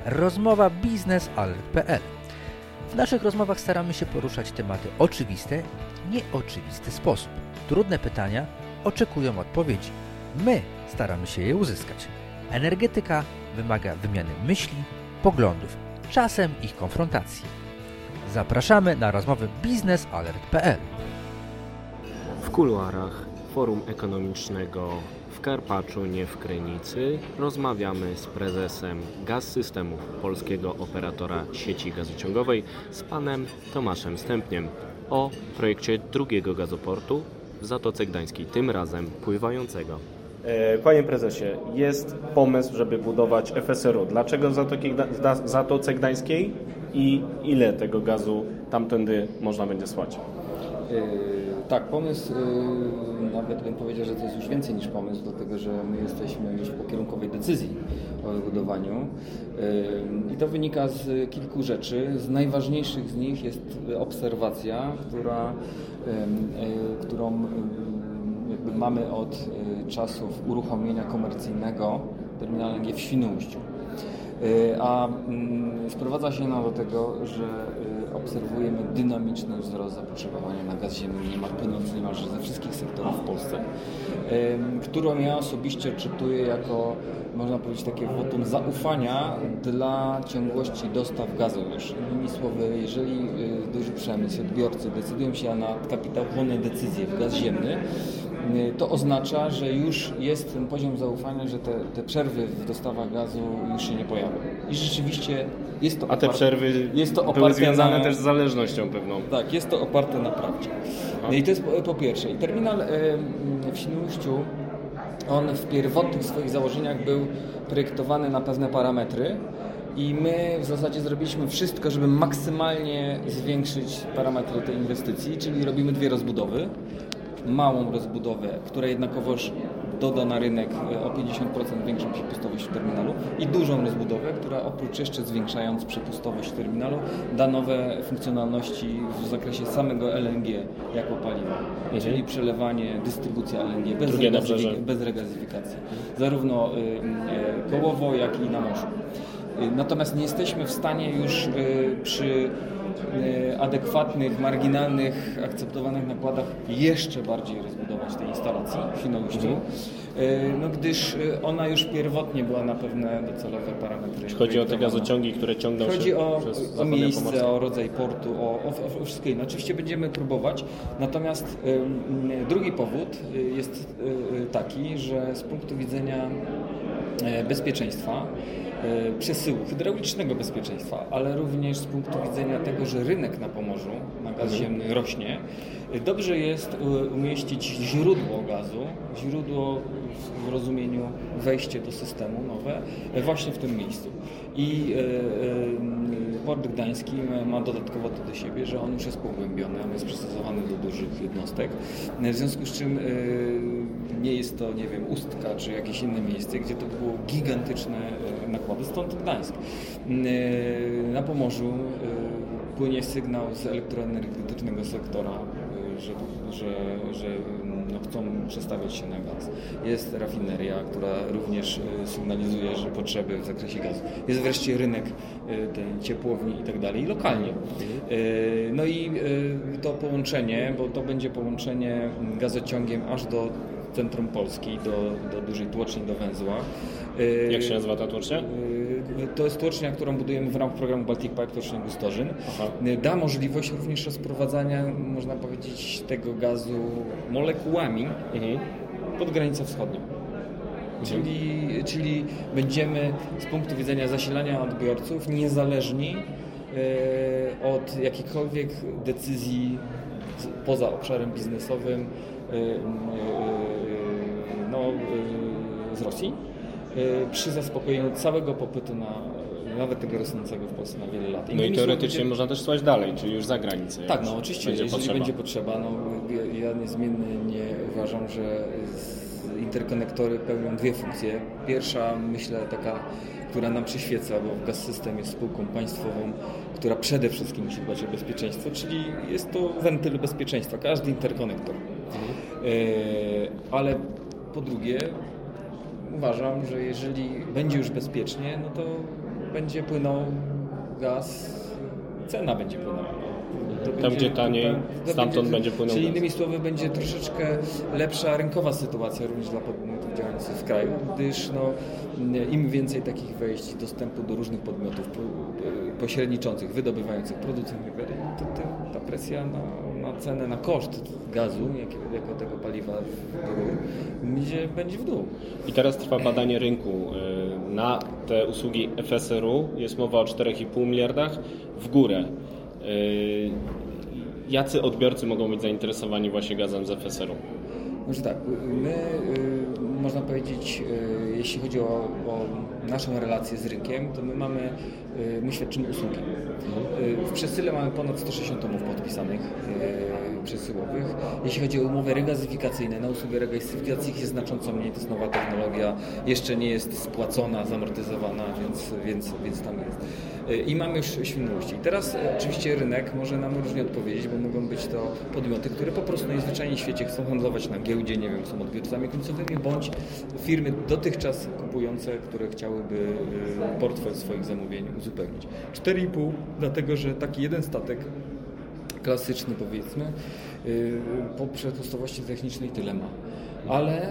rozmowa biznesalert.pl. W naszych rozmowach staramy się poruszać tematy oczywiste, w nieoczywisty sposób. Trudne pytania oczekują odpowiedzi. My staramy się je uzyskać. Energetyka wymaga wymiany myśli, poglądów, czasem ich konfrontacji. Zapraszamy na rozmowy biznesalert.pl. W kuluarach Forum Ekonomicznego w Karpaczu, nie w Krynicy, rozmawiamy z prezesem Gaz-Systemów, polskiego operatora sieci gazociągowej, z panem Tomaszem Stępniem o projekcie drugiego gazoportu w Zatoce Gdańskiej, tym razem pływającego. Panie prezesie, jest pomysł, żeby budować FSRU. Dlaczego w Zatoce Gdańskiej i ile tego gazu tamtędy można będzie słać? Tak, pomysł, nawet bym powiedział, że to jest już więcej niż pomysł, dlatego że my jesteśmy już po kierunkowej decyzji o wybudowaniu i to wynika z kilku rzeczy. Z najważniejszych z nich jest obserwacja, którą jakby mamy od czasów uruchomienia komercyjnego terminala LNG w Świnoujściu. A sprowadza się do tego, że obserwujemy dynamiczny wzrost zapotrzebowania na gaz ziemny płynący niemalże ze wszystkich sektorów w Polsce, którą ja osobiście czytuję jako, można powiedzieć, takie wotum zaufania dla ciągłości dostaw gazu. Już innymi słowy, jeżeli duży przemysł, odbiorcy decydują się na kapitałochłonne decyzje w gaz ziemny, to oznacza, że już jest ten poziom zaufania, że te przerwy w dostawach gazu już się nie pojawią. I rzeczywiście jest to te przerwy były związane też z zależnością pewną. Tak, jest to oparte na prawdzie. I to jest po pierwsze. I terminal w Świnoujściu, on w pierwotnych swoich założeniach był projektowany na pewne parametry i my w zasadzie zrobiliśmy wszystko, żeby maksymalnie zwiększyć parametry tej inwestycji, czyli robimy dwie rozbudowy. Małą rozbudowę, która jednakowoż doda na rynek o 50% większą przepustowość terminalu i dużą rozbudowę, która oprócz jeszcze zwiększając przepustowość terminalu da nowe funkcjonalności w zakresie samego LNG jako paliwa, czyli przelewanie, dystrybucja LNG bez regazyfikacji, zarówno kołowo, jak i na morzu. Natomiast nie jesteśmy w stanie już przy adekwatnych, marginalnych, akceptowanych nakładach jeszcze bardziej rozbudować tej instalacji w Świnoujściu, gdyż ona już pierwotnie była na pewne docelowe parametry. Chodzi o te gazociągi, które ciągną się Chodzi przez o miejsce, o rodzaj portu, o wszystko inne. Oczywiście będziemy próbować, natomiast drugi powód jest taki, że z punktu widzenia bezpieczeństwa, przesyłu, hydraulicznego bezpieczeństwa, ale również z punktu widzenia tego, że rynek na Pomorzu, na gaz ziemny rośnie, dobrze jest umieścić źródło gazu, źródło w rozumieniu wejście do systemu nowe, właśnie w tym miejscu. I Port Gdański ma dodatkowo to do siebie, że on już jest pogłębiony, on jest przystosowany do dużych jednostek, w związku z czym nie jest to, nie wiem, Ustka czy jakieś inne miejsce, gdzie to było gigantyczne nakłady, stąd Gdańsk. Na Pomorzu płynie sygnał z elektroenergetycznego sektora, że chcą przestawiać się na gaz. Jest rafineria, która również sygnalizuje, że potrzeby w zakresie gazu. Jest wreszcie rynek ciepłowni i tak dalej, lokalnie. No i to połączenie, bo to będzie połączenie gazociągiem aż do centrum Polski, do dużej tłoczni, do węzła. Jak się nazywa ta tłocznia? To jest tłocznia, którą budujemy w ramach programu Baltic Pipe, tłocznia Gustorzyn. Da możliwość również rozprowadzania, można powiedzieć, tego gazu molekułami pod granicę wschodnią. Czyli będziemy z punktu widzenia zasilania odbiorców niezależni od jakichkolwiek decyzji poza obszarem biznesowym z Rosji przy zaspokojeniu całego popytu nawet tego rosnącego w Polsce na wiele lat. No i teoretycznie można też słać dalej, czyli już za granicę. Tak, no oczywiście, jeżeli będzie potrzeba. Ja niezmiennie nie uważam, że interkonektory pełnią dwie funkcje. Pierwsza, myślę, taka, która nam przyświeca, bo Gaz-System jest spółką państwową, która przede wszystkim musi dbać o bezpieczeństwo, czyli jest to wentyl bezpieczeństwa, każdy interkonektor. Ale po drugie, uważam, że jeżeli będzie już bezpiecznie, no to będzie płynął gaz, cena będzie płynęła. Tam gdzie taniej, stamtąd będzie płynął Czyli gaz. innymi słowy będzie troszeczkę lepsza rynkowa sytuacja również dla podmiotów działających w kraju, gdyż im więcej takich wejść, dostępu do różnych podmiotów pośredniczących, wydobywających, producentów, to ta presja na cenę, na koszt gazu, jako tego paliwa będzie w dół. I teraz trwa badanie rynku. Na te usługi FSRU jest mowa o 4,5 miliardach w górę. Jacy odbiorcy mogą być zainteresowani właśnie gazem z FSRU? Może tak, my, można powiedzieć, jeśli chodzi o naszą relację z rynkiem, to my świadczymy usługi. W przesyle mamy ponad 160 umów podpisanych przesyłowych. Jeśli chodzi o umowy regazyfikacyjne, na usługę regazyfikacji jest znacząco mniej, to jest nowa technologia, jeszcze nie jest spłacona, zamortyzowana, więc tam jest. I mamy już świnności. I teraz oczywiście rynek może nam różnie odpowiedzieć, bo mogą być to podmioty, które po prostu najzwyczajniej w świecie chcą handlować na giełdzie, nie wiem, są odbiorcami końcowymi, bądź firmy dotychczas kupujące, które chciałyby portfel swoich zamówień uzupełnić. 4,5, dlatego że taki jeden statek klasyczny, powiedzmy, po przepustowości technicznej tyle ma. Ale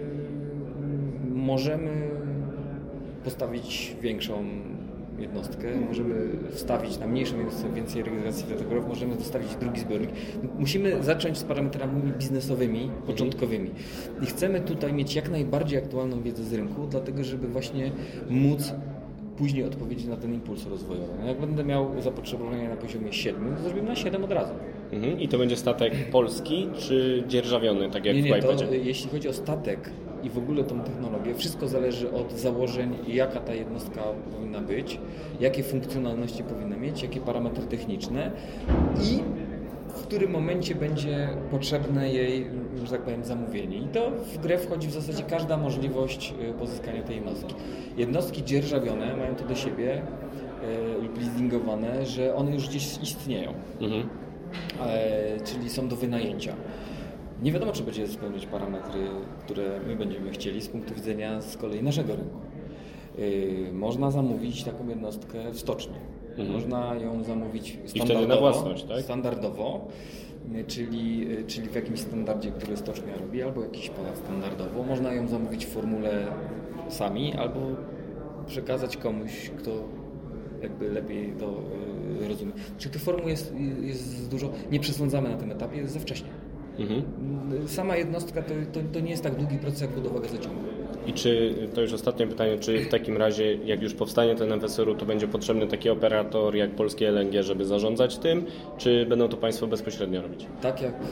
możemy postawić większą jednostkę, możemy wstawić na mniejszą jednostkę więcej regeneracji wiatrowych, możemy dostawić drugi zbiornik. Musimy zacząć z parametrami biznesowymi, początkowymi. I chcemy tutaj mieć jak najbardziej aktualną wiedzę z rynku, dlatego żeby właśnie móc później odpowiedzieć na ten impuls rozwojowy. Jak będę miał zapotrzebowanie na poziomie 7, to zrobimy na 7 od razu. I to będzie statek polski czy dzierżawiony, tak jak w Whitepadzie? Jeśli chodzi o statek i w ogóle tą technologię, wszystko zależy od założeń, jaka ta jednostka powinna być, jakie funkcjonalności powinna mieć, jakie parametry techniczne i w którym momencie będzie potrzebne jej, że tak powiem, zamówienie. I to w grę wchodzi w zasadzie każda możliwość pozyskania tej jednostki. Jednostki dzierżawione mają to do siebie lub leasingowane, że one już gdzieś istnieją, czyli są do wynajęcia. Nie wiadomo, czy będzie spełniać parametry, które my będziemy chcieli z punktu widzenia z kolei naszego rynku. Można zamówić taką jednostkę w stoczni. Można ją zamówić standardowo, na własność, tak? Standardowo, czyli w jakimś standardzie, który stocznia robi, albo jakiś ponadstandardowo. Można ją zamówić w formule sami, albo przekazać komuś, kto jakby lepiej to rozumie. Czyli tych formuł jest dużo. Nie przesądzamy na tym etapie, jest za wcześnie. Sama jednostka to nie jest tak długi proces jak budowa gazociągu. I czy, to już ostatnie pytanie, czy w takim razie, jak już powstanie ten FSRU, to będzie potrzebny taki operator jak Polskie LNG, żeby zarządzać tym, czy będą to Państwo bezpośrednio robić? Tak jak,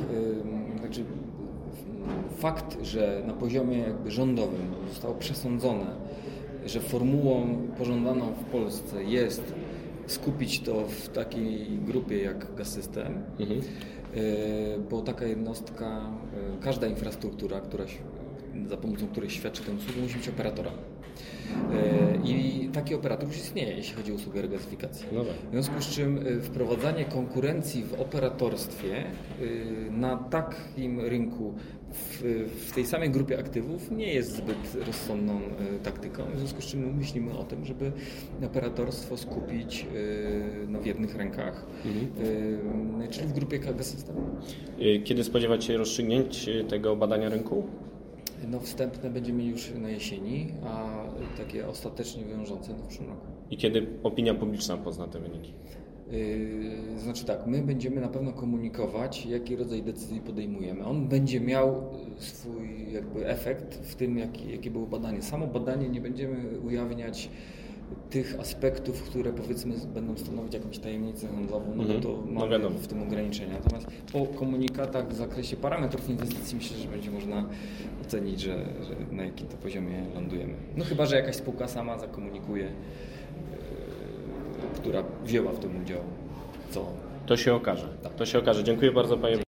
fakt, że na poziomie jakby rządowym zostało przesądzone, że formułą pożądaną w Polsce jest skupić to w takiej grupie jak Gaz-System, bo taka jednostka, każda infrastruktura, za pomocą której świadczy tę usługę, musi mieć operatora. I taki operator już istnieje, jeśli chodzi o usługę regazyfikacji. W związku z czym wprowadzanie konkurencji w operatorstwie na takim rynku w tej samej grupie aktywów nie jest zbyt rozsądną taktyką. W związku z czym myślimy o tym, żeby operatorstwo skupić w jednych rękach, czyli w grupie Gaz-System. Kiedy spodziewać się rozstrzygnięć tego badania rynku? Wstępne będziemy już na jesieni, a takie ostatecznie wiążące w przyszłym roku. I kiedy opinia publiczna pozna te wyniki? Znaczy tak, my będziemy na pewno komunikować, jaki rodzaj decyzji podejmujemy. On będzie miał swój jakby efekt w tym, jakie było badanie. Samo badanie nie będziemy ujawniać tych aspektów, które powiedzmy będą stanowić jakąś tajemnicę handlową, bo to mamy w tym ograniczenia. Natomiast po komunikatach w zakresie parametrów inwestycji myślę, że będzie można ocenić, że na jakim to poziomie lądujemy. Chyba że jakaś spółka sama zakomunikuje, która wzięła w tym udział. To się okaże. To się okaże. Dziękuję bardzo, panie.